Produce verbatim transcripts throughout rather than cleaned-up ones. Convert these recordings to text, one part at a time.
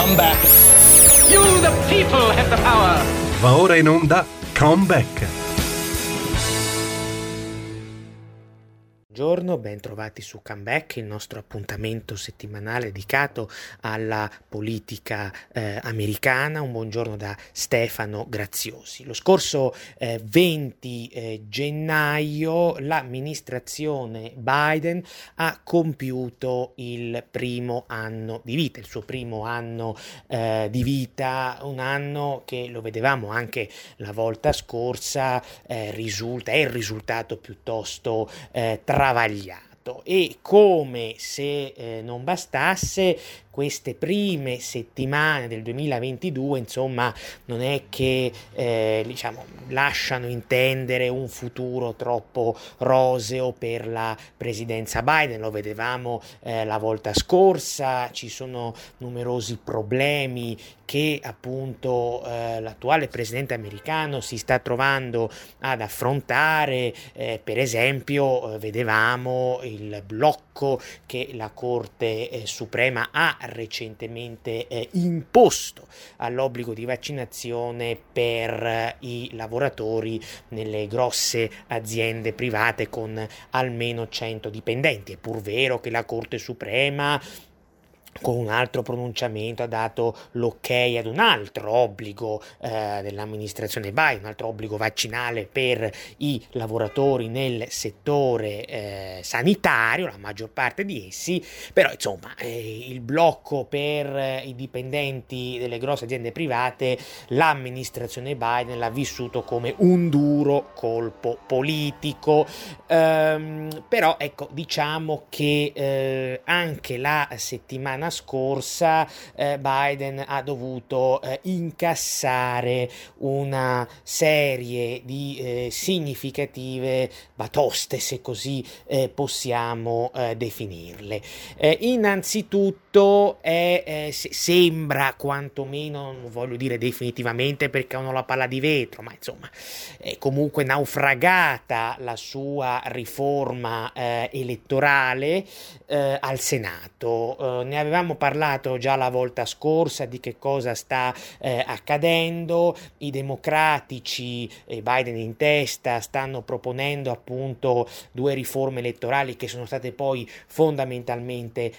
Comeback. You the people have the power. Va ora in onda Comeback. Buongiorno, ben trovati su Comeback, il nostro appuntamento settimanale dedicato alla politica eh, americana. Un buongiorno da Stefano Graziosi. Lo scorso eh, venti eh, gennaio l'amministrazione Biden ha compiuto il primo anno di vita, il suo primo anno eh, di vita, un anno che lo vedevamo anche la volta scorsa, eh, risulta, è il risultato piuttosto eh, travagliato. E come se eh, non bastasse, queste prime settimane del duemilaventidue, insomma, non è che eh, diciamo, lasciano intendere un futuro troppo roseo per la presidenza Biden. Lo vedevamo eh, la volta scorsa, ci sono numerosi problemi che appunto eh, l'attuale presidente americano si sta trovando ad affrontare. Eh, per esempio, eh, vedevamo il blocco che la Corte eh, Suprema ha recentemente eh, imposto all'obbligo di vaccinazione per eh, i lavoratori nelle grosse aziende private con almeno cento dipendenti. È pur vero che la Corte Suprema con un altro pronunciamento ha dato l'ok ad un altro obbligo eh, dell'amministrazione Biden, un altro obbligo vaccinale per i lavoratori nel settore eh, sanitario, la maggior parte di essi, però insomma eh, il blocco per eh, i dipendenti delle grosse aziende private, l'amministrazione Biden l'ha vissuto come un duro colpo politico, ehm, però ecco, diciamo che eh, anche la settimana scorsa eh, Biden ha dovuto eh, incassare una serie di eh, significative batoste, se così eh, possiamo eh, definirle. Eh, innanzitutto è, eh, se, sembra quantomeno, non voglio dire definitivamente perché non ho la palla di vetro, ma insomma è comunque naufragata la sua riforma eh, elettorale eh, al Senato. Eh, ne avevamo Avevamo parlato già la volta scorsa di che cosa sta eh, accadendo. I democratici, e Biden in testa, stanno proponendo appunto due riforme elettorali che sono state poi fondamentalmente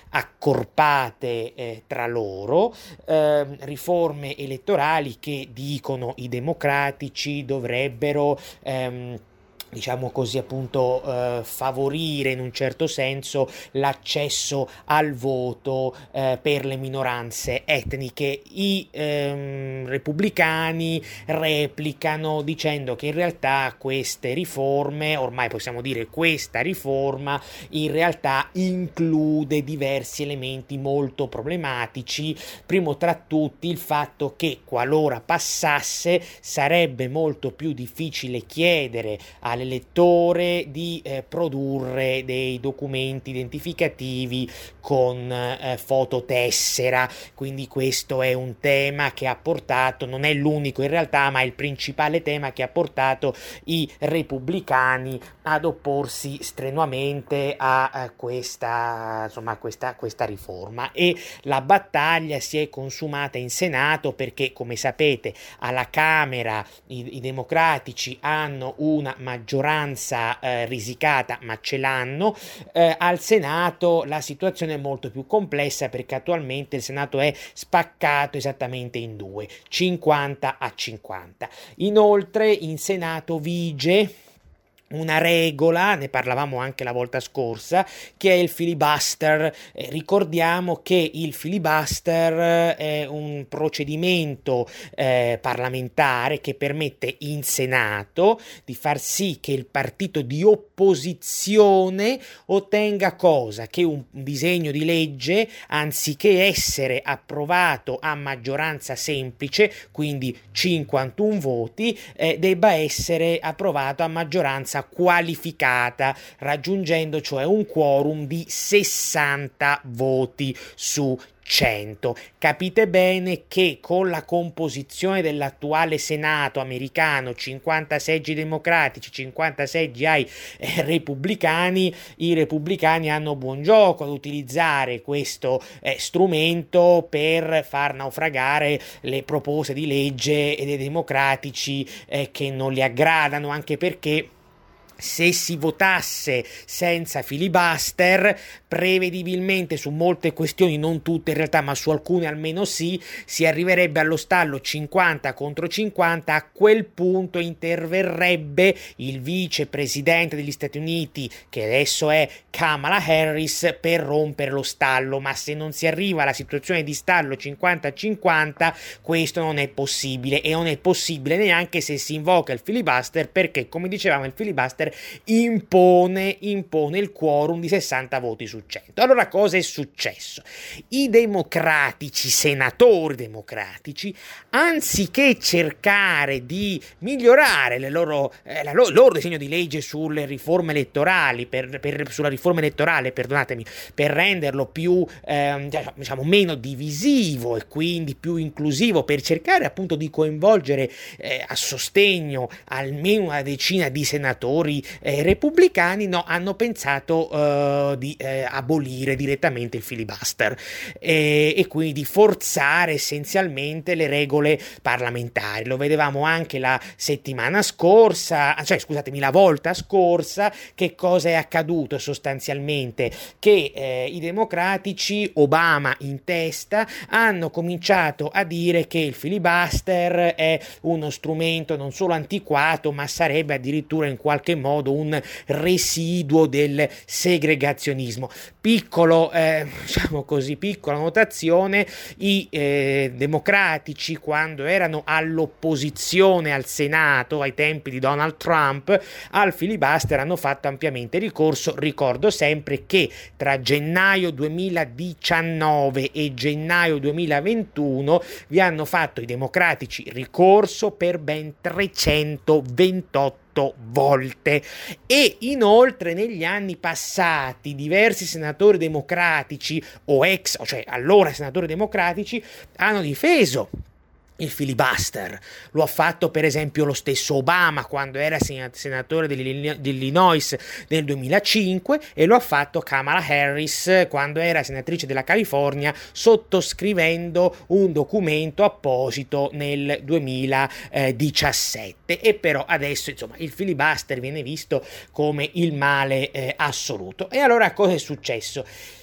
accorpate eh, tra loro, eh, riforme elettorali che, dicono i democratici, dovrebbero ehm, diciamo così appunto eh, favorire in un certo senso l'accesso al voto eh, per le minoranze etniche. I ehm, repubblicani replicano dicendo che in realtà queste riforme, ormai possiamo dire questa riforma, in realtà include diversi elementi molto problematici, primo tra tutti il fatto che qualora passasse sarebbe molto più difficile chiedere a all'elettore di eh, produrre dei documenti identificativi con eh, fototessera. Quindi questo è un tema che ha portato, non è l'unico in realtà, ma è il principale tema che ha portato i repubblicani ad opporsi strenuamente a, a questa insomma a questa, questa riforma. E la battaglia si è consumata in Senato perché, come sapete, alla Camera i, i democratici hanno una maggioranza maggioranza eh, risicata, ma ce l'hanno. Eh, al Senato la situazione è molto più complessa perché attualmente il Senato è spaccato esattamente in due, cinquanta a cinquanta. Inoltre in Senato vige una regola, ne parlavamo anche la volta scorsa, che è il filibuster. Eh, ricordiamo che il filibuster è un procedimento eh, parlamentare che permette in Senato di far sì che il partito di opposizione ottenga cosa? Che un disegno di legge, anziché essere approvato a maggioranza semplice, quindi cinquantuno voti, eh, debba essere approvato a maggioranza maggioranza qualificata, raggiungendo cioè un quorum di sessanta voti su cento. Capite bene che con la composizione dell'attuale Senato americano, cinquanta seggi democratici, cinquanta seggi ai eh, repubblicani, i repubblicani hanno buon gioco ad utilizzare questo eh, strumento per far naufragare le proposte di legge dei democratici eh, che non li aggradano, anche perché se si votasse senza filibuster, prevedibilmente su molte questioni, non tutte in realtà, ma su alcune almeno sì, si arriverebbe allo stallo cinquanta contro cinquanta. A quel punto interverrebbe il vicepresidente degli Stati Uniti, che adesso è Kamala Harris, per rompere lo stallo. Ma se non si arriva alla situazione di stallo cinquanta cinquanta, questo non è possibile, e non è possibile neanche se si invoca il filibuster, perché, come dicevamo, il filibuster impone, impone il quorum di sessanta voti su cento. Allora, cosa è successo? I democratici, senatori democratici, anziché cercare di migliorare le loro, eh, la loro, il loro disegno di legge sulle riforme elettorali, per, per, sulla riforma elettorale, perdonatemi, per renderlo più, eh, diciamo, meno divisivo e quindi più inclusivo, per cercare appunto di coinvolgere eh, a sostegno almeno una decina di senatori Eh, repubblicani, no, hanno pensato uh, di eh, abolire direttamente il filibuster e, e quindi di forzare essenzialmente le regole parlamentari. Lo vedevamo anche la settimana scorsa, cioè scusatemi, la volta scorsa. Che cosa è accaduto sostanzialmente? Che eh, i democratici, Obama in testa, hanno cominciato a dire che il filibuster è uno strumento non solo antiquato, ma sarebbe addirittura in qualche modo un residuo del segregazionismo. Piccolo, eh, diciamo così, piccola notazione: i eh, democratici, quando erano all'opposizione al Senato ai tempi di Donald Trump, al filibuster hanno fatto ampiamente ricorso. Ricordo sempre che tra gennaio duemiladiciannove e gennaio duemilaventuno vi hanno fatto i democratici ricorso per ben trecentoventotto volte, e inoltre negli anni passati diversi senatori democratici o ex, cioè allora senatori democratici, hanno difeso il filibuster. Lo ha fatto per esempio lo stesso Obama quando era senatore dell'Illinois nel duemilacinque, e lo ha fatto Kamala Harris quando era senatrice della California, sottoscrivendo un documento apposito nel duemiladiciassette. E però adesso, insomma, il filibuster viene visto come il male eh, assoluto. E allora cosa è successo?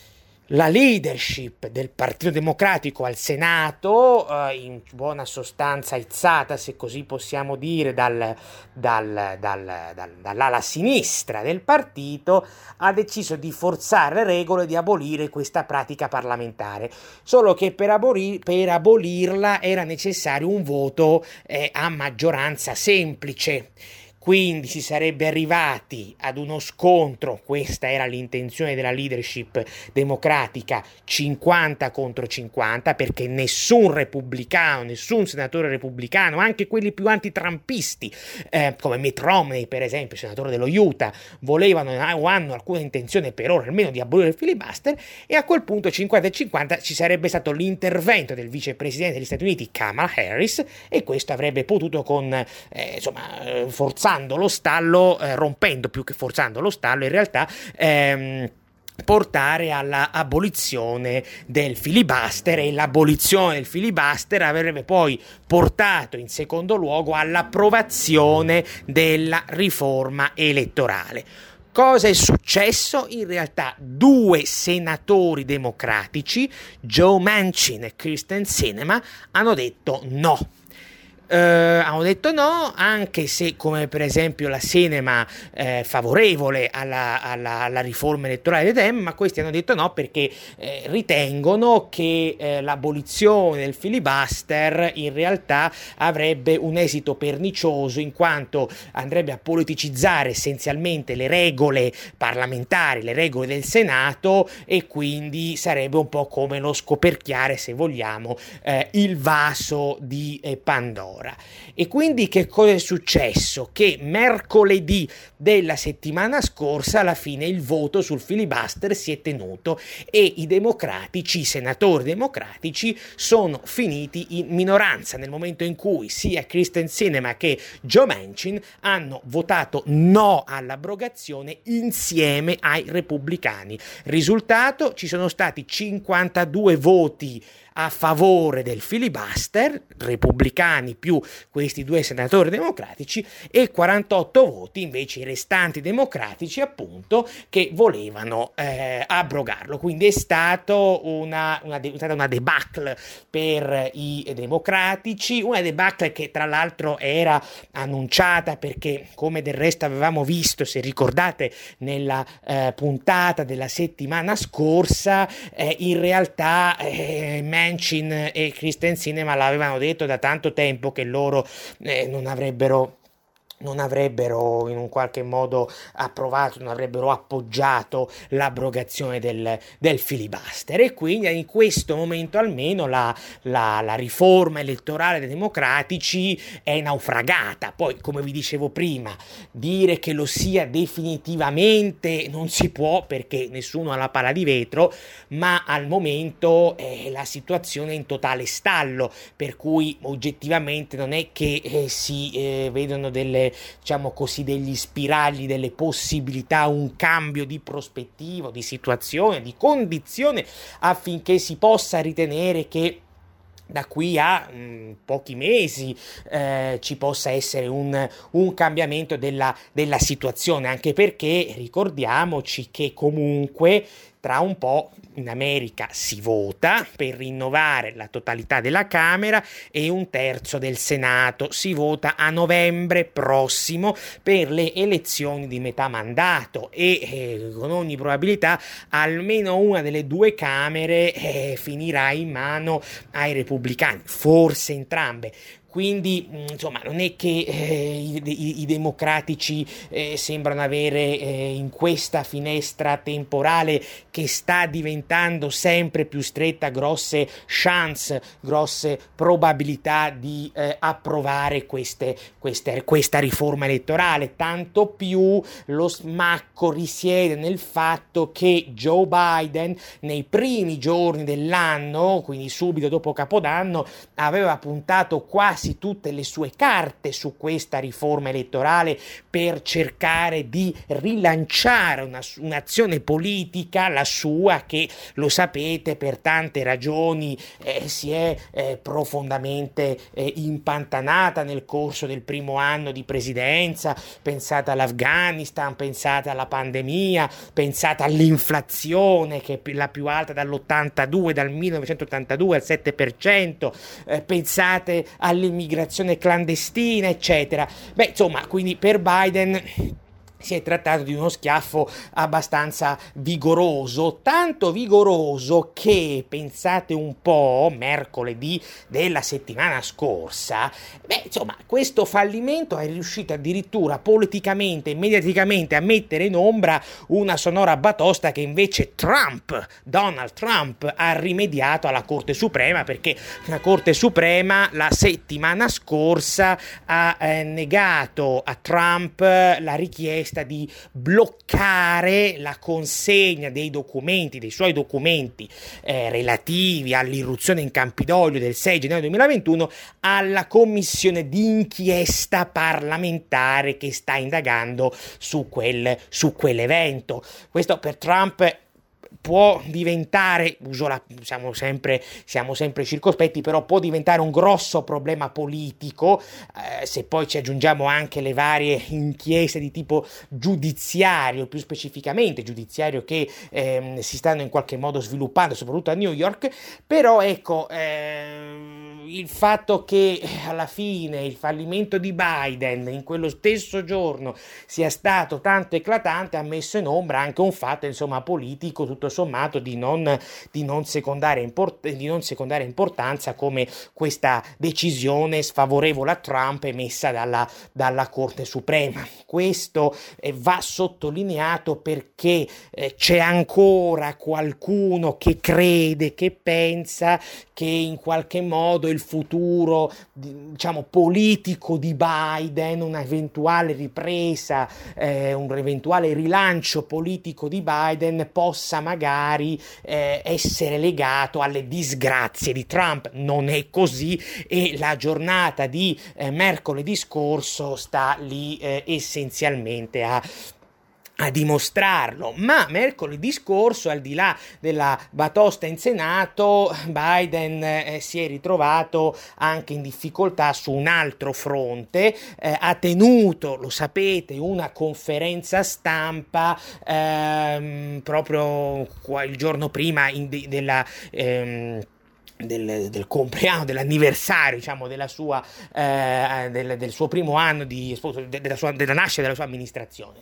La leadership del Partito Democratico al Senato, eh, in buona sostanza aizzata, se così possiamo dire, dal, dal, dal, dal, dall'ala sinistra del partito, ha deciso di forzare le regole e di abolire questa pratica parlamentare. Solo che per, aboli- per abolirla era necessario un voto eh, a maggioranza semplice. Quindi si sarebbe arrivati ad uno scontro, questa era l'intenzione della leadership democratica, cinquanta contro cinquanta, perché nessun repubblicano, nessun senatore repubblicano, anche quelli più antitrampisti, eh, come Mitt Romney per esempio, senatore dello Utah, volevano o hanno alcuna intenzione per ora almeno di abolire il filibuster, e a quel punto cinquanta e cinquanta ci sarebbe stato l'intervento del vicepresidente degli Stati Uniti Kamala Harris, e questo avrebbe potuto con eh, insomma forzare lo stallo, eh, rompendo più che forzando lo stallo, in realtà ehm, portare alla abolizione del filibuster, e l'abolizione del filibuster avrebbe poi portato in secondo luogo all'approvazione della riforma elettorale. Cosa è successo? In realtà due senatori democratici, Joe Manchin e Kyrsten Sinema, hanno detto no. Uh, hanno detto no, anche se, come per esempio la Sinema, eh, favorevole alla, alla, alla riforma elettorale dei Dem, ma questi hanno detto no perché eh, ritengono che eh, l'abolizione del filibuster in realtà avrebbe un esito pernicioso, in quanto andrebbe a politicizzare essenzialmente le regole parlamentari, le regole del Senato, e quindi sarebbe un po' come lo scoperchiare, se vogliamo, eh, il vaso di eh, Pandora. ora. E quindi che cosa è successo? Che mercoledì della settimana scorsa alla fine il voto sul filibuster si è tenuto e i democratici, i senatori democratici sono finiti in minoranza nel momento in cui sia Kyrsten Sinema che Joe Manchin hanno votato no all'abrogazione insieme ai repubblicani. Risultato: ci sono stati cinquantadue voti a favore del filibuster, repubblicani più questi due senatori democratici, e quarantotto voti invece i restanti democratici, appunto, che volevano eh, abrogarlo. Quindi è stato una, una, è stata una debacle per i democratici, una debacle che tra l'altro era annunciata, perché, come del resto avevamo visto, se ricordate, nella eh, puntata della settimana scorsa, eh, in realtà eh, Manchin e Kyrsten Sinema l'avevano detto da tanto tempo che loro eh, non avrebbero non avrebbero in un qualche modo approvato, non avrebbero appoggiato l'abrogazione del, del filibuster, e quindi in questo momento almeno la, la, la riforma elettorale dei democratici è naufragata. Poi, come vi dicevo prima, dire che lo sia definitivamente non si può, perché nessuno ha la palla di vetro, ma al momento eh, la situazione è in totale stallo, per cui oggettivamente non è che eh, si eh, vedono delle diciamo così degli spiragli, delle possibilità, un cambio di prospettiva, di situazione, di condizione, affinché si possa ritenere che da qui a mh, pochi mesi eh, ci possa essere un, un cambiamento della, della situazione, anche perché ricordiamoci che comunque tra un po' in America si vota per rinnovare la totalità della Camera e un terzo del Senato. Si vota a novembre prossimo per le elezioni di metà mandato e eh, con ogni probabilità almeno una delle due Camere eh, finirà in mano ai repubblicani, forse entrambe. Quindi, insomma, non è che eh, i, i, i democratici eh, sembrano avere eh, in questa finestra temporale che sta diventando sempre più stretta grosse chance, grosse probabilità di eh, approvare queste, queste, questa riforma elettorale. Tanto più lo smacco risiede nel fatto che Joe Biden nei primi giorni dell'anno, quindi subito dopo Capodanno, aveva puntato quasi tutte le sue carte su questa riforma elettorale per cercare di rilanciare una, un'azione politica, la sua, che lo sapete per tante ragioni eh, si è eh, profondamente eh, impantanata nel corso del primo anno di presidenza. Pensate all'Afghanistan, pensate alla pandemia, pensate all'inflazione che è la più alta dall'ottantadue, dal millenovecentottantadue al sette per cento, eh, pensate all'immigrazione clandestina, eccetera. Beh, insomma, quindi per Biden si è trattato di uno schiaffo abbastanza vigoroso, tanto vigoroso che, pensate un po', mercoledì della settimana scorsa, beh, insomma, questo fallimento è riuscito addirittura politicamente e mediaticamente a mettere in ombra una sonora batosta che invece Trump, Donald Trump, ha rimediato alla Corte Suprema, perché la Corte Suprema la settimana scorsa ha eh, negato a Trump la richiesta di bloccare la consegna dei documenti, dei suoi documenti eh, relativi all'irruzione in Campidoglio del sei gennaio duemilaventuno alla commissione d'inchiesta parlamentare che sta indagando su quel su quell'evento. Questo per Trump può diventare, uso la, siamo sempre, siamo sempre circospetti, però può diventare un grosso problema politico, eh, se poi ci aggiungiamo anche le varie inchieste di tipo giudiziario, più specificamente giudiziario, che ehm, si stanno in qualche modo sviluppando, soprattutto a New York. Però ecco, ehm, il fatto che alla fine il fallimento di Biden in quello stesso giorno sia stato tanto eclatante ha messo in ombra anche un fatto, insomma, politico tutto sommato di non, di non secondare import- di non secondare importanza, come questa decisione sfavorevole a Trump emessa dalla, dalla Corte Suprema. Questo eh, va sottolineato perché eh, c'è ancora qualcuno che crede, che pensa che in qualche modo il del futuro, diciamo, politico di Biden, una eventuale ripresa, eh, un eventuale rilancio politico di Biden possa magari eh, essere legato alle disgrazie di Trump. Non è così, e la giornata di eh, mercoledì scorso sta lì eh, essenzialmente a a dimostrarlo. Ma mercoledì scorso, al di là della batosta in Senato, Biden eh, si è ritrovato anche in difficoltà su un altro fronte. Eh, ha tenuto, lo sapete, una conferenza stampa ehm, proprio qua, il giorno prima in de, della ehm, Del, del compleanno, dell'anniversario, diciamo, della sua eh, del, del suo primo anno di della, sua, della nascita della sua amministrazione.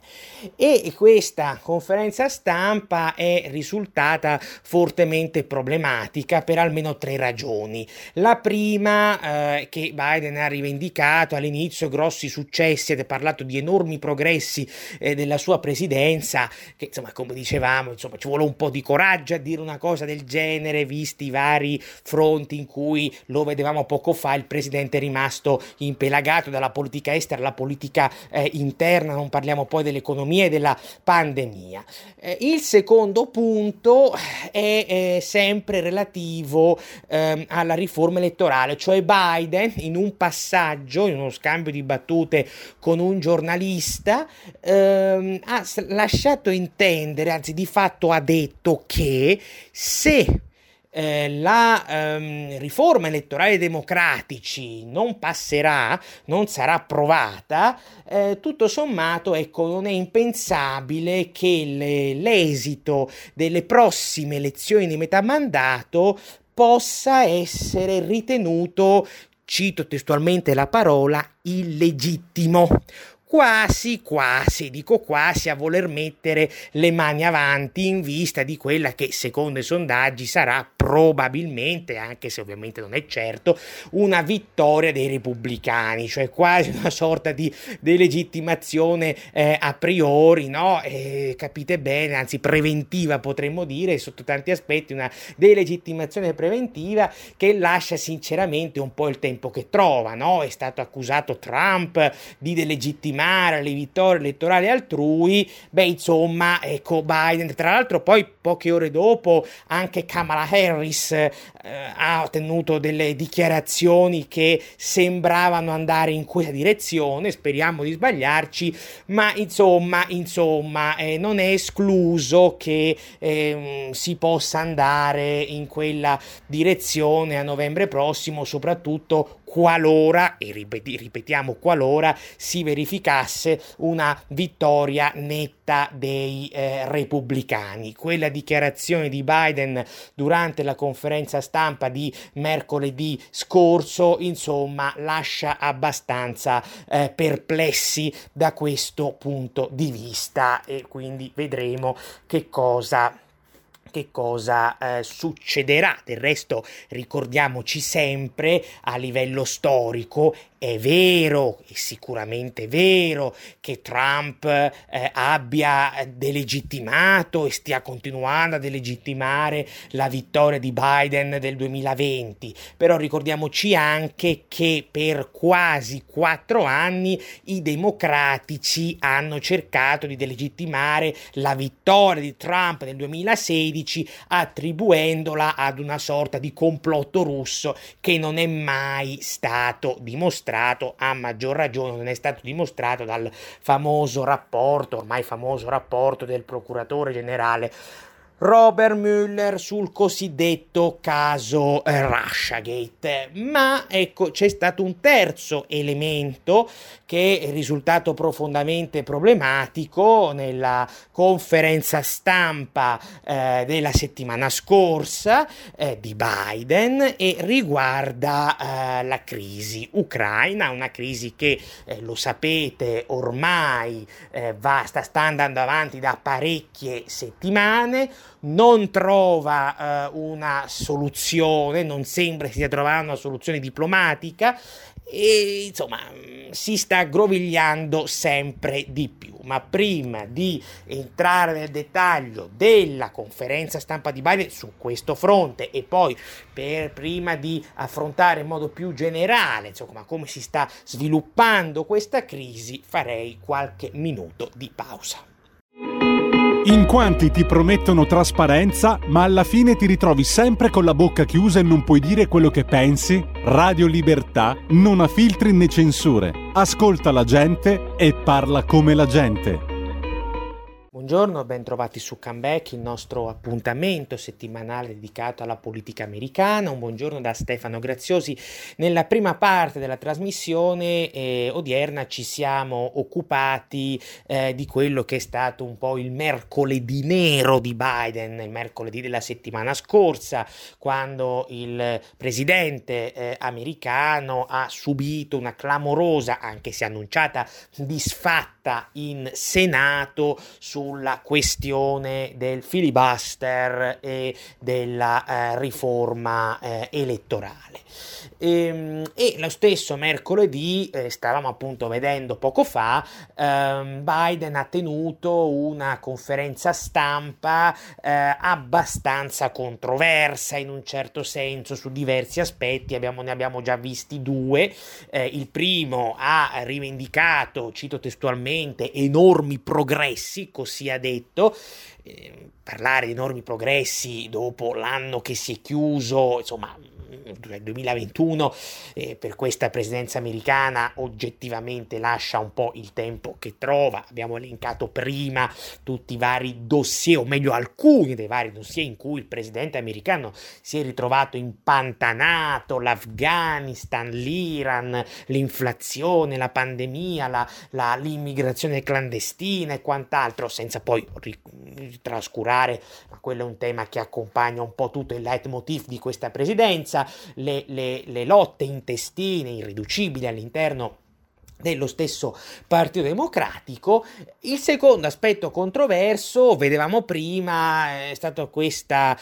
E questa conferenza stampa è risultata fortemente problematica per almeno tre ragioni. La prima, eh, che Biden ha rivendicato all'inizio grossi successi ed ha parlato di enormi progressi eh, della sua presidenza, che insomma, come dicevamo, insomma, ci vuole un po' di coraggio a dire una cosa del genere, visti i vari fronti in cui, lo vedevamo poco fa, il presidente è rimasto impelagato dalla politica estera alla politica eh, interna, non parliamo poi dell'economia e della pandemia. Eh, il secondo punto è, è sempre relativo eh, alla riforma elettorale, cioè Biden in un passaggio, in uno scambio di battute con un giornalista, ehm, ha lasciato intendere, anzi di fatto ha detto che se Eh, la ehm, riforma elettorale dei democratici non passerà, non sarà approvata, eh, tutto sommato, ecco, non è impensabile che le, l'esito delle prossime elezioni di metà mandato possa essere ritenuto, cito testualmente la parola, illegittimo. Quasi, quasi, dico quasi, a voler mettere le mani avanti in vista di quella che, secondo i sondaggi, sarà probabilmente, anche se ovviamente non è certo, una vittoria dei repubblicani, cioè quasi una sorta di delegittimazione eh, a priori, no? Eh, capite bene, anzi preventiva potremmo dire, sotto tanti aspetti una delegittimazione preventiva che lascia sinceramente un po' il tempo che trova, no? È stato accusato Trump di delegittimare le vittorie elettorali altrui, beh insomma, ecco, Biden, tra l'altro poi poche ore dopo anche Kamala Harris eh, ha tenuto delle dichiarazioni che sembravano andare in quella direzione, speriamo di sbagliarci, ma insomma, insomma eh, non è escluso che eh, si possa andare in quella direzione a novembre prossimo, soprattutto qualora, e ripeti, ripetiamo qualora, si verificasse una vittoria netta dei eh, repubblicani. Quella dichiarazione di Biden durante la conferenza stampa di mercoledì scorso, insomma, lascia abbastanza eh, perplessi da questo punto di vista, e quindi vedremo che cosa che cosa eh, succederà. Del resto ricordiamoci sempre, a livello storico è vero, è sicuramente vero, che Trump eh, abbia delegittimato e stia continuando a delegittimare la vittoria di Biden del duemilaventi, però ricordiamoci anche che per quasi quattro anni i democratici hanno cercato di delegittimare la vittoria di Trump del duemilasedici attribuendola ad una sorta di complotto russo che non è mai stato dimostrato, a maggior ragione non è stato dimostrato dal famoso rapporto, ormai famoso rapporto del procuratore generale Robert Mueller sul cosiddetto caso eh, Russiagate. Ma ecco, c'è stato un terzo elemento che è risultato profondamente problematico nella conferenza stampa eh, della settimana scorsa eh, di Biden, e riguarda eh, la crisi ucraina, una crisi che eh, lo sapete ormai eh, va, sta, sta andando avanti da parecchie settimane, non trova eh, una soluzione, non sembra si stia trovando una soluzione diplomatica, e insomma si sta aggrovigliando sempre di più. Ma prima di entrare nel dettaglio della conferenza stampa di Biden su questo fronte e poi per prima di affrontare in modo più generale insomma come si sta sviluppando questa crisi, farei qualche minuto di pausa. In quanti ti promettono trasparenza, ma alla fine ti ritrovi sempre con la bocca chiusa e non puoi dire quello che pensi? Radio Libertà non ha filtri né censure. Ascolta la gente e parla come la gente. Buongiorno, ben trovati su Comeback, il nostro appuntamento settimanale dedicato alla politica americana. Un buongiorno da Stefano Graziosi. Nella prima parte della trasmissione eh, odierna ci siamo occupati eh, di quello che è stato un po' il mercoledì nero di Biden, il mercoledì della settimana scorsa, quando il presidente eh, americano ha subito una clamorosa, anche se annunciata, disfatta in Senato su sulla questione del filibuster e della eh, riforma eh, elettorale. E, e lo stesso mercoledì, eh, stavamo appunto vedendo poco fa, ehm, Biden ha tenuto una conferenza stampa eh, abbastanza controversa in un certo senso su diversi aspetti. Abbiamo, ne abbiamo già visti due. Eh, il primo ha rivendicato, cito testualmente, enormi progressi, così ha detto. Eh, parlare di enormi progressi dopo l'anno che si è chiuso, insomma, il duemilaventuno eh, per questa presidenza americana oggettivamente lascia un po' il tempo che trova. Abbiamo elencato prima tutti i vari dossier, o meglio alcuni dei vari dossier in cui il presidente americano si è ritrovato impantanato: l'Afghanistan, l'Iran, l'inflazione, la pandemia, la, la, l'immigrazione clandestina e quant'altro, senza poi ri- trascurare, ma quello è un tema che accompagna un po' tutto il leitmotiv di questa presidenza, le, le, le lotte intestine irriducibili all'interno dello stesso Partito Democratico. Il secondo aspetto controverso, vedevamo prima, è stata questa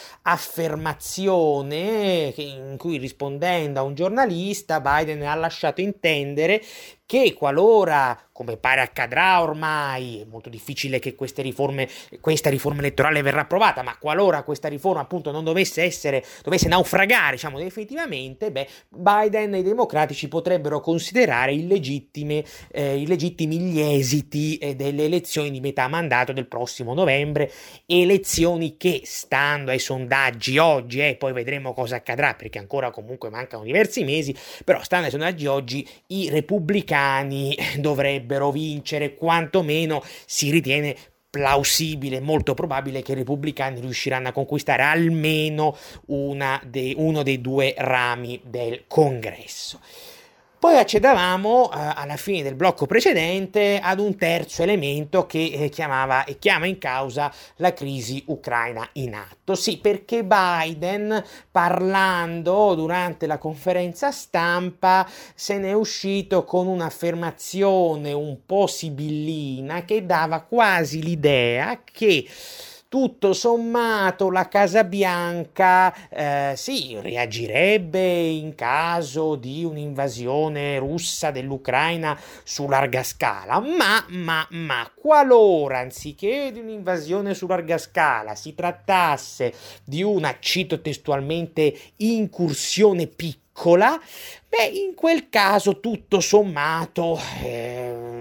affermazione in cui, rispondendo a un giornalista, Biden ha lasciato intendere che qualora, come pare accadrà ormai, è molto difficile che queste riforme, questa riforma elettorale verrà approvata, ma qualora questa riforma appunto non dovesse essere, dovesse naufragare, diciamo definitivamente, beh, Biden e i democratici potrebbero considerare illegittime, eh, illegittimi gli esiti eh, delle elezioni di metà mandato del prossimo novembre, elezioni che, stando ai sondaggi oggi, e eh, poi vedremo cosa accadrà perché ancora comunque mancano diversi mesi, però stando ai sondaggi oggi i repubblicani dovrebbero vincere, quantomeno si ritiene plausibile, molto probabile che i repubblicani riusciranno a conquistare almeno una de, uno dei due rami del Congresso. Poi accedavamo eh, alla fine del blocco precedente ad un terzo elemento che eh, chiamava e chiama in causa la crisi ucraina in atto. Sì, perché Biden, parlando durante la conferenza stampa, se ne è uscito con un'affermazione un po' sibillina che dava quasi l'idea che tutto sommato la Casa Bianca eh, sì, reagirebbe in caso di un'invasione russa dell'Ucraina su larga scala, ma, ma, ma qualora anziché di un'invasione su larga scala si trattasse di una, cito testualmente, incursione piccola, beh, in quel caso tutto sommato eh,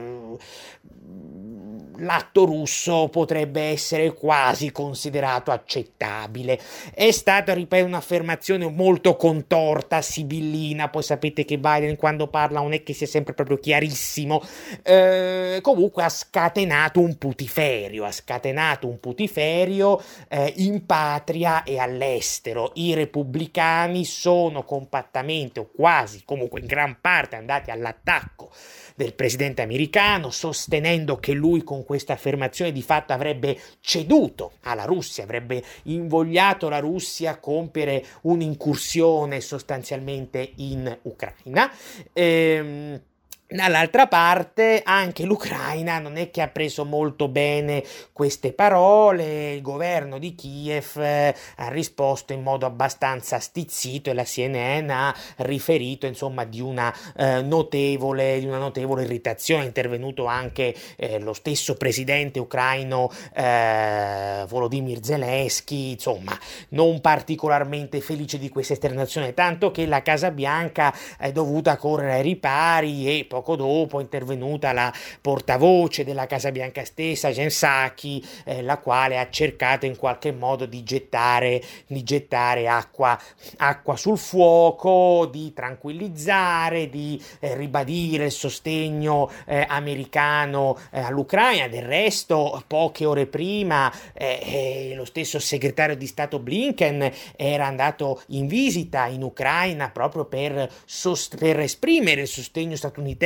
l'atto russo potrebbe essere quasi considerato accettabile. È stata, ripeto, un'affermazione molto contorta, sibillina. Poi sapete che Biden quando parla non è che sia sempre proprio chiarissimo. Eh, comunque ha scatenato un putiferio, ha scatenato un putiferio eh, in patria e all'estero. I repubblicani sono compattamente o quasi, comunque in gran parte, andati all'attacco del presidente americano, sostenendo che lui con questa affermazione di fatto avrebbe ceduto alla Russia, avrebbe invogliato la Russia a compiere un'incursione sostanzialmente in Ucraina. Ehm, Dall'altra parte anche l'Ucraina non è che ha preso molto bene queste parole, il governo di Kiev eh, ha risposto in modo abbastanza stizzito e la C N N ha riferito insomma di una eh, notevole di una notevole irritazione. È intervenuto anche eh, lo stesso presidente ucraino eh, Volodymyr Zelensky, insomma non particolarmente felice di questa esternazione, tanto che la Casa Bianca è dovuta correre ai ripari e poi poco dopo è intervenuta la portavoce della Casa Bianca stessa, Jen Psaki, eh, la quale ha cercato in qualche modo di gettare, di gettare acqua, acqua sul fuoco, di tranquillizzare, di eh, ribadire il sostegno eh, americano eh, all'Ucraina. Del resto, poche ore prima eh, eh, lo stesso segretario di Stato Blinken era andato in visita in Ucraina proprio per, sost- per esprimere il sostegno statunitense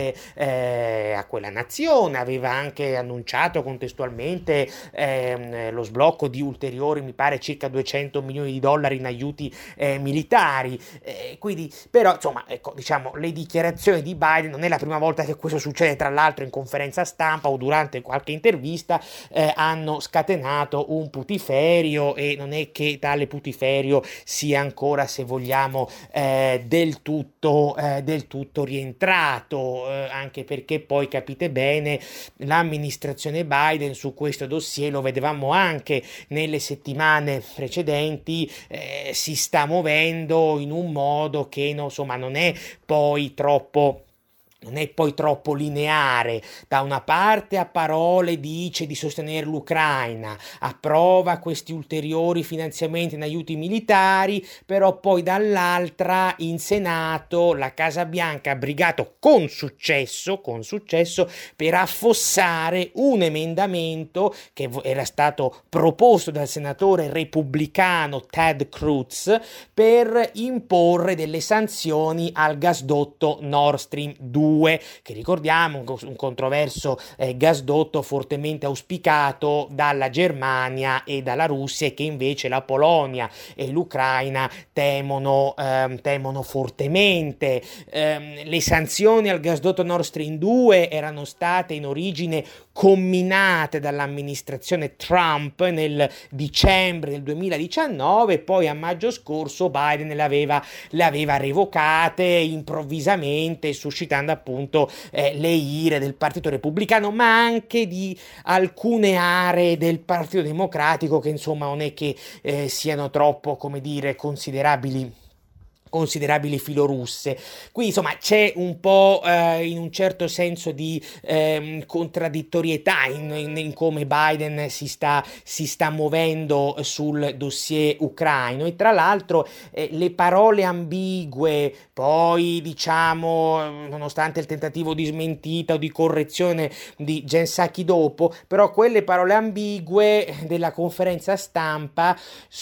eh, a quella nazione. Aveva anche annunciato contestualmente eh, lo sblocco di ulteriori, mi pare, circa duecento milioni di dollari in aiuti eh, militari. Eh, quindi, però, insomma, ecco, diciamo, le dichiarazioni di Biden non è la prima volta che questo succede, tra l'altro in conferenza stampa o durante qualche intervista eh, hanno scatenato un putiferio, e non è che tale putiferio sia ancora, se vogliamo, eh, del tutto eh, del tutto rientrato. Eh, anche perché poi capite bene l'amministrazione Biden su questo dossier, lo vedevamo anche nelle settimane precedenti, eh, si sta muovendo in un modo che no, insomma non è poi troppo non è poi troppo lineare. Da una parte a parole dice di sostenere l'Ucraina, approva questi ulteriori finanziamenti in aiuti militari, però poi dall'altra in Senato la Casa Bianca ha brigato con successo, con successo per affossare un emendamento che era stato proposto dal senatore repubblicano Ted Cruz per imporre delle sanzioni al gasdotto Nord Stream due, che ricordiamo un controverso eh, gasdotto fortemente auspicato dalla Germania e dalla Russia, e che invece la Polonia e l'Ucraina temono, ehm, temono fortemente. Ehm, le sanzioni al gasdotto Nord Stream due erano state in origine comminate dall'amministrazione Trump nel dicembre del duemiladiciannove, poi a maggio scorso Biden le aveva, le aveva revocate improvvisamente, suscitando appunto eh, le ire del Partito Repubblicano, ma anche di alcune aree del Partito Democratico, che insomma non è che eh, siano troppo, come dire, considerabili considerabili filorusse. Qui insomma c'è un po' eh, in un certo senso di eh, contraddittorietà in, in, in come Biden si sta, si sta muovendo sul dossier ucraino, e tra l'altro eh, le parole ambigue, poi diciamo, nonostante il tentativo di smentita o di correzione di Jen Psaki dopo, però quelle parole ambigue della conferenza stampa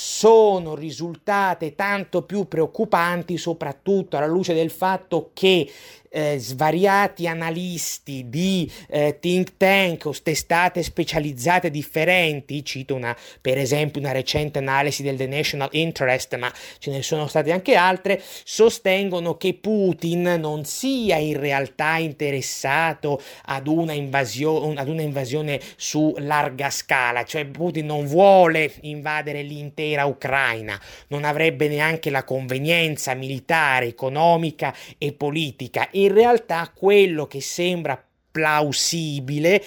sono risultate tanto più preoccupanti, soprattutto alla luce del fatto che Eh, svariati analisti di eh, think tank o testate specializzate differenti, cito una, per esempio una recente analisi del The National Interest, ma ce ne sono state anche altre, sostengono che Putin non sia in realtà interessato ad una invasione, ad una invasione su larga scala, cioè Putin non vuole invadere l'intera Ucraina, non avrebbe neanche la convenienza militare, economica e politica. In realtà quello che sembra plausibile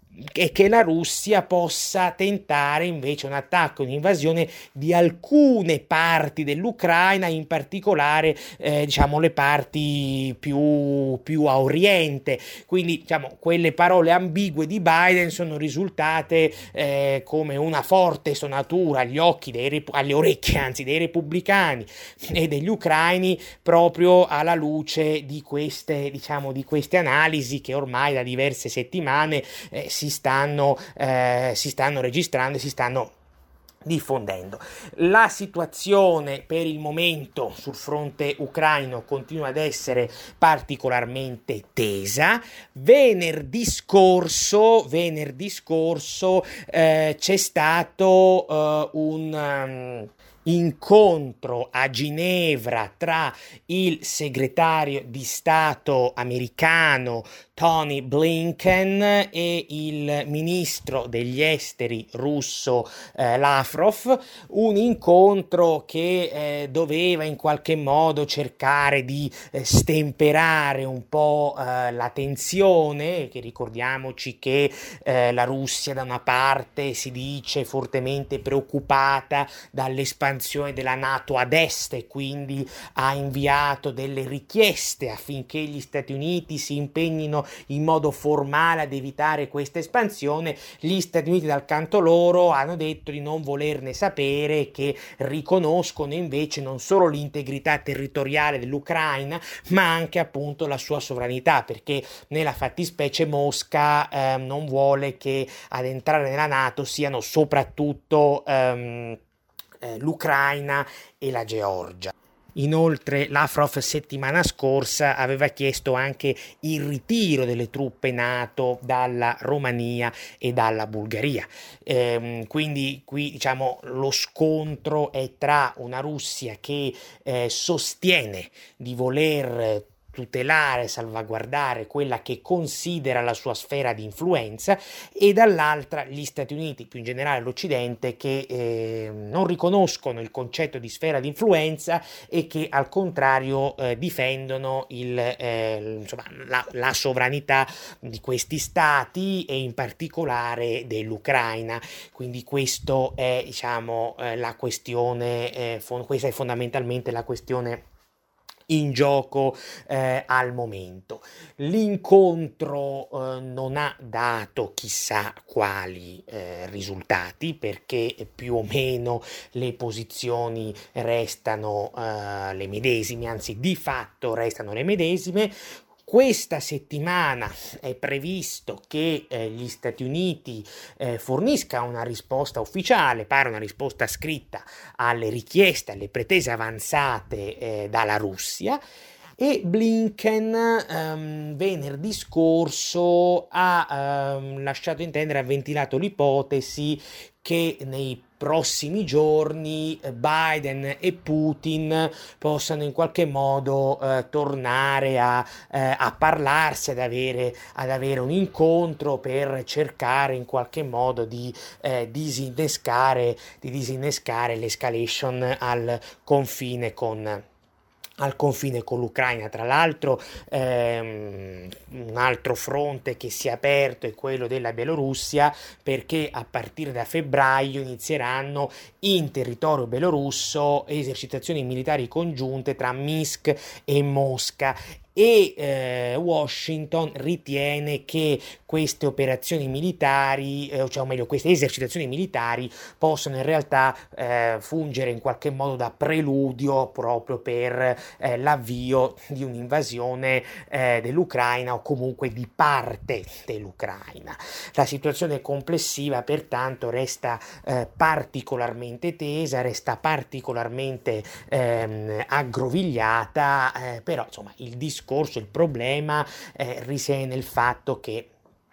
è che la Russia possa tentare invece un attacco, un'invasione di alcune parti dell'Ucraina, in particolare eh, diciamo le parti più, più a oriente. Quindi diciamo quelle parole ambigue di Biden sono risultate eh, come una forte stonatura agli occhi dei, alle orecchie anzi dei repubblicani e degli ucraini, proprio alla luce di queste diciamo di queste analisi che ormai da diverse settimane eh, si Si stanno, eh, si stanno registrando e si stanno diffondendo. La situazione per il momento sul fronte ucraino continua ad essere particolarmente tesa. Venerdì scorso, venerdì scorso eh, c'è stato uh, un um, incontro a Ginevra tra il segretario di Stato americano Tony Blinken e il ministro degli esteri russo eh, Lavrov, un incontro che eh, doveva in qualche modo cercare di eh, stemperare un po' eh, la tensione, che ricordiamoci che eh, la Russia da una parte si dice fortemente preoccupata dall'espansione della NATO ad est e quindi ha inviato delle richieste affinché gli Stati Uniti si impegnino in modo formale ad evitare questa espansione. Gli Stati Uniti dal canto loro hanno detto di non volerne sapere, che riconoscono invece non solo l'integrità territoriale dell'Ucraina ma anche appunto la sua sovranità, perché nella fattispecie Mosca eh, non vuole che ad entrare nella NATO siano soprattutto ehm, eh, l'Ucraina e la Georgia. Inoltre Lavrov settimana scorsa aveva chiesto anche il ritiro delle truppe NATO dalla Romania e dalla Bulgaria. Ehm, quindi qui diciamo lo scontro è tra una Russia che eh, sostiene di voler tutelare, salvaguardare quella che considera la sua sfera di influenza, e dall'altra gli Stati Uniti, più in generale l'Occidente, che eh, non riconoscono il concetto di sfera di influenza e che al contrario eh, difendono il, eh, insomma, la, la sovranità di questi stati e in particolare dell'Ucraina. Quindi questo è diciamo eh, la questione, eh, fon- questa è fondamentalmente la questione in gioco eh, al momento. L'incontro eh, non ha dato chissà quali eh, risultati, perché più o meno le posizioni restano eh, le medesime, anzi di fatto restano le medesime. Questa settimana è previsto che eh, gli Stati Uniti eh, fornisca una risposta ufficiale, pare una risposta scritta alle richieste, alle pretese avanzate eh, dalla Russia, e Blinken um, venerdì scorso ha um, lasciato intendere, ha ventilato l'ipotesi che nei prossimi giorni Biden e Putin possano in qualche modo eh, tornare a, eh, a parlarsi, ad avere, ad avere un incontro per cercare in qualche modo di eh, disinnescare, di disinnescare l'escalation al confine con al confine con l'Ucraina. Tra l'altro ehm, un altro fronte che si è aperto è quello della Bielorussia, perché a partire da febbraio inizieranno in territorio belorusso esercitazioni militari congiunte tra Minsk e Mosca, e eh, Washington ritiene che queste operazioni militari, eh, cioè o meglio queste esercitazioni militari, possono in realtà eh, fungere in qualche modo da preludio proprio per eh, l'avvio di un'invasione eh, dell'Ucraina o comunque di parte dell'Ucraina. La situazione complessiva pertanto resta eh, particolarmente tesa, resta particolarmente ehm, aggrovigliata, eh, però insomma il discorso il problema eh, risiede nel fatto che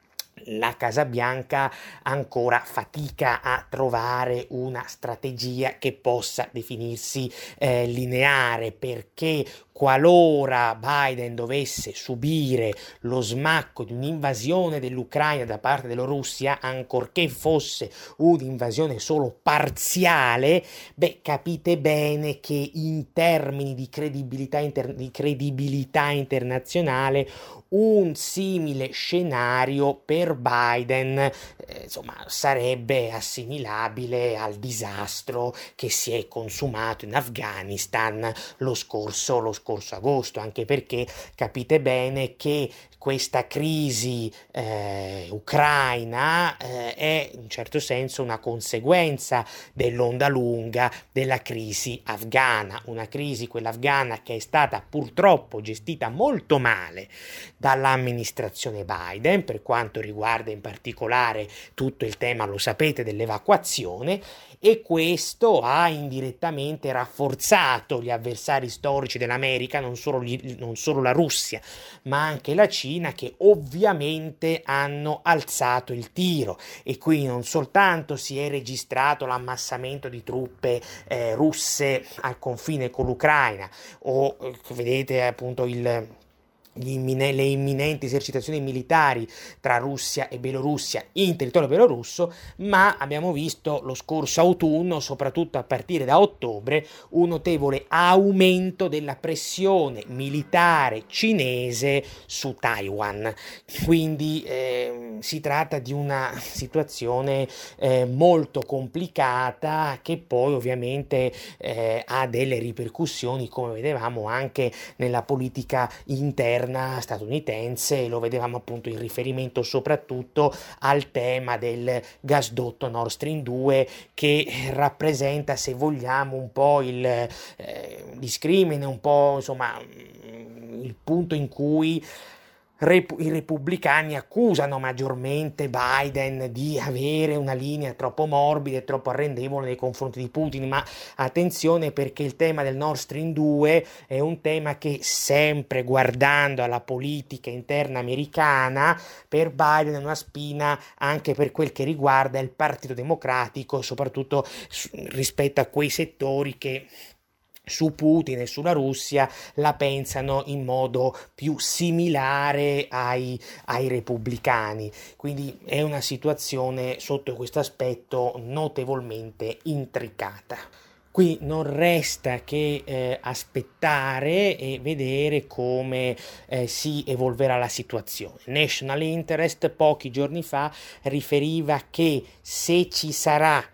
la Casa Bianca ancora fatica a trovare una strategia che possa definirsi eh, lineare, perché qualora Biden dovesse subire lo smacco di un'invasione dell'Ucraina da parte della Russia, ancorché fosse un'invasione solo parziale, beh, capite bene che in termini di credibilità, inter- di credibilità internazionale un simile scenario per Biden eh, insomma sarebbe assimilabile al disastro che si è consumato in Afghanistan lo scorso, lo scorso agosto, anche perché capite bene che questa crisi eh, ucraina eh, è in un certo senso una conseguenza dell'onda lunga della crisi afghana, una crisi, quella afghana, che è stata purtroppo gestita molto male dall'amministrazione Biden per quanto riguarda in particolare tutto il tema, lo sapete, dell'evacuazione, e questo ha indirettamente rafforzato gli avversari storici dell'America America, non solo, gli, non solo la Russia, ma anche la Cina, che ovviamente hanno alzato il tiro, e qui non soltanto si è registrato l'ammassamento di truppe eh, russe al confine con l'Ucraina, o eh, vedete appunto il Gli immine- le imminenti esercitazioni militari tra Russia e Bielorussia in territorio bielorusso, ma abbiamo visto lo scorso autunno, soprattutto a partire da ottobre, un notevole aumento della pressione militare cinese su Taiwan. Quindi eh, si tratta di una situazione eh, molto complicata, che poi ovviamente eh, ha delle ripercussioni, come vedevamo anche nella politica interna statunitense. Lo vedevamo appunto in riferimento soprattutto al tema del gasdotto Nord Stream due, che rappresenta, se vogliamo, un po' il eh, discrimine, un po' insomma il punto in cui i repubblicani accusano maggiormente Biden di avere una linea troppo morbida e troppo arrendevole nei confronti di Putin. Ma attenzione, perché il tema del Nord Stream due è un tema che, sempre guardando alla politica interna americana, per Biden è una spina anche per quel che riguarda il Partito Democratico, soprattutto rispetto a quei settori che su Putin e sulla Russia la pensano in modo più similare ai, ai repubblicani. Quindi è una situazione sotto questo aspetto notevolmente intricata. Qui non resta che eh, aspettare e vedere come eh, si evolverà la situazione. National Interest pochi giorni fa riferiva che se ci sarà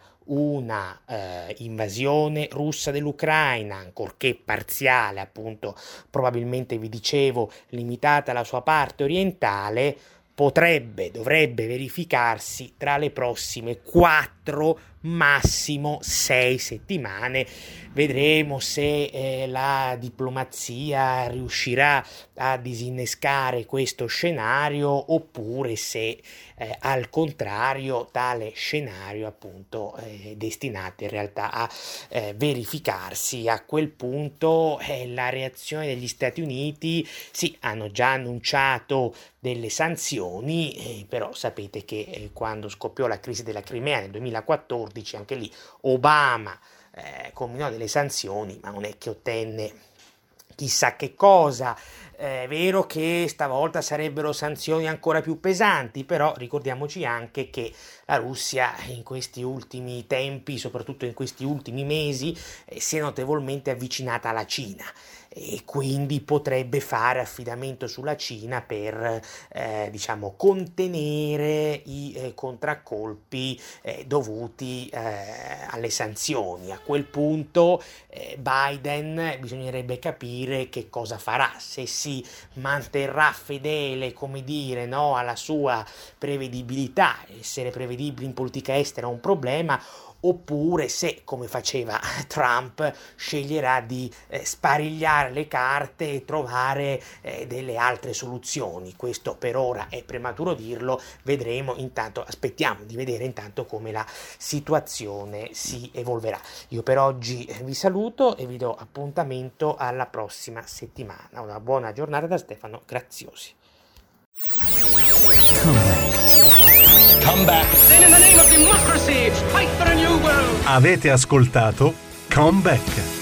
una eh, invasione russa dell'Ucraina, ancorché parziale, appunto, probabilmente vi dicevo limitata alla sua parte orientale, potrebbe, dovrebbe verificarsi tra le prossime quattro, massimo sei settimane. Vedremo se eh, la diplomazia riuscirà a disinnescare questo scenario, oppure se eh, al contrario tale scenario appunto è destinato in realtà a eh, verificarsi. A quel punto eh, la reazione degli Stati Uniti, sì, hanno già annunciato delle sanzioni, eh, però sapete che eh, quando scoppiò la crisi della Crimea nel duemilaquattordici, anche lì Obama eh, combinò delle sanzioni, ma non è che ottenne chissà che cosa. È vero che stavolta sarebbero sanzioni ancora più pesanti, però ricordiamoci anche che la Russia in questi ultimi tempi, soprattutto in questi ultimi mesi, eh, si è notevolmente avvicinata alla Cina, e quindi potrebbe fare affidamento sulla Cina per eh, diciamo contenere i eh, contraccolpi eh, dovuti eh, alle sanzioni. A quel punto eh, Biden bisognerebbe capire che cosa farà, se si manterrà fedele, come dire, no, alla sua prevedibilità. Essere prevedibili in politica estera è un problema, oppure se, come faceva Trump, sceglierà di eh, sparigliare le carte e trovare eh, delle altre soluzioni. Questo per ora è prematuro dirlo, vedremo. Intanto aspettiamo di vedere intanto come la situazione si evolverà. Io per oggi vi saluto e vi do appuntamento alla prossima settimana. Una buona giornata da Stefano Graziosi. Come back. Then in the name of democracy, fight for a new world. Avete ascoltato Come Back.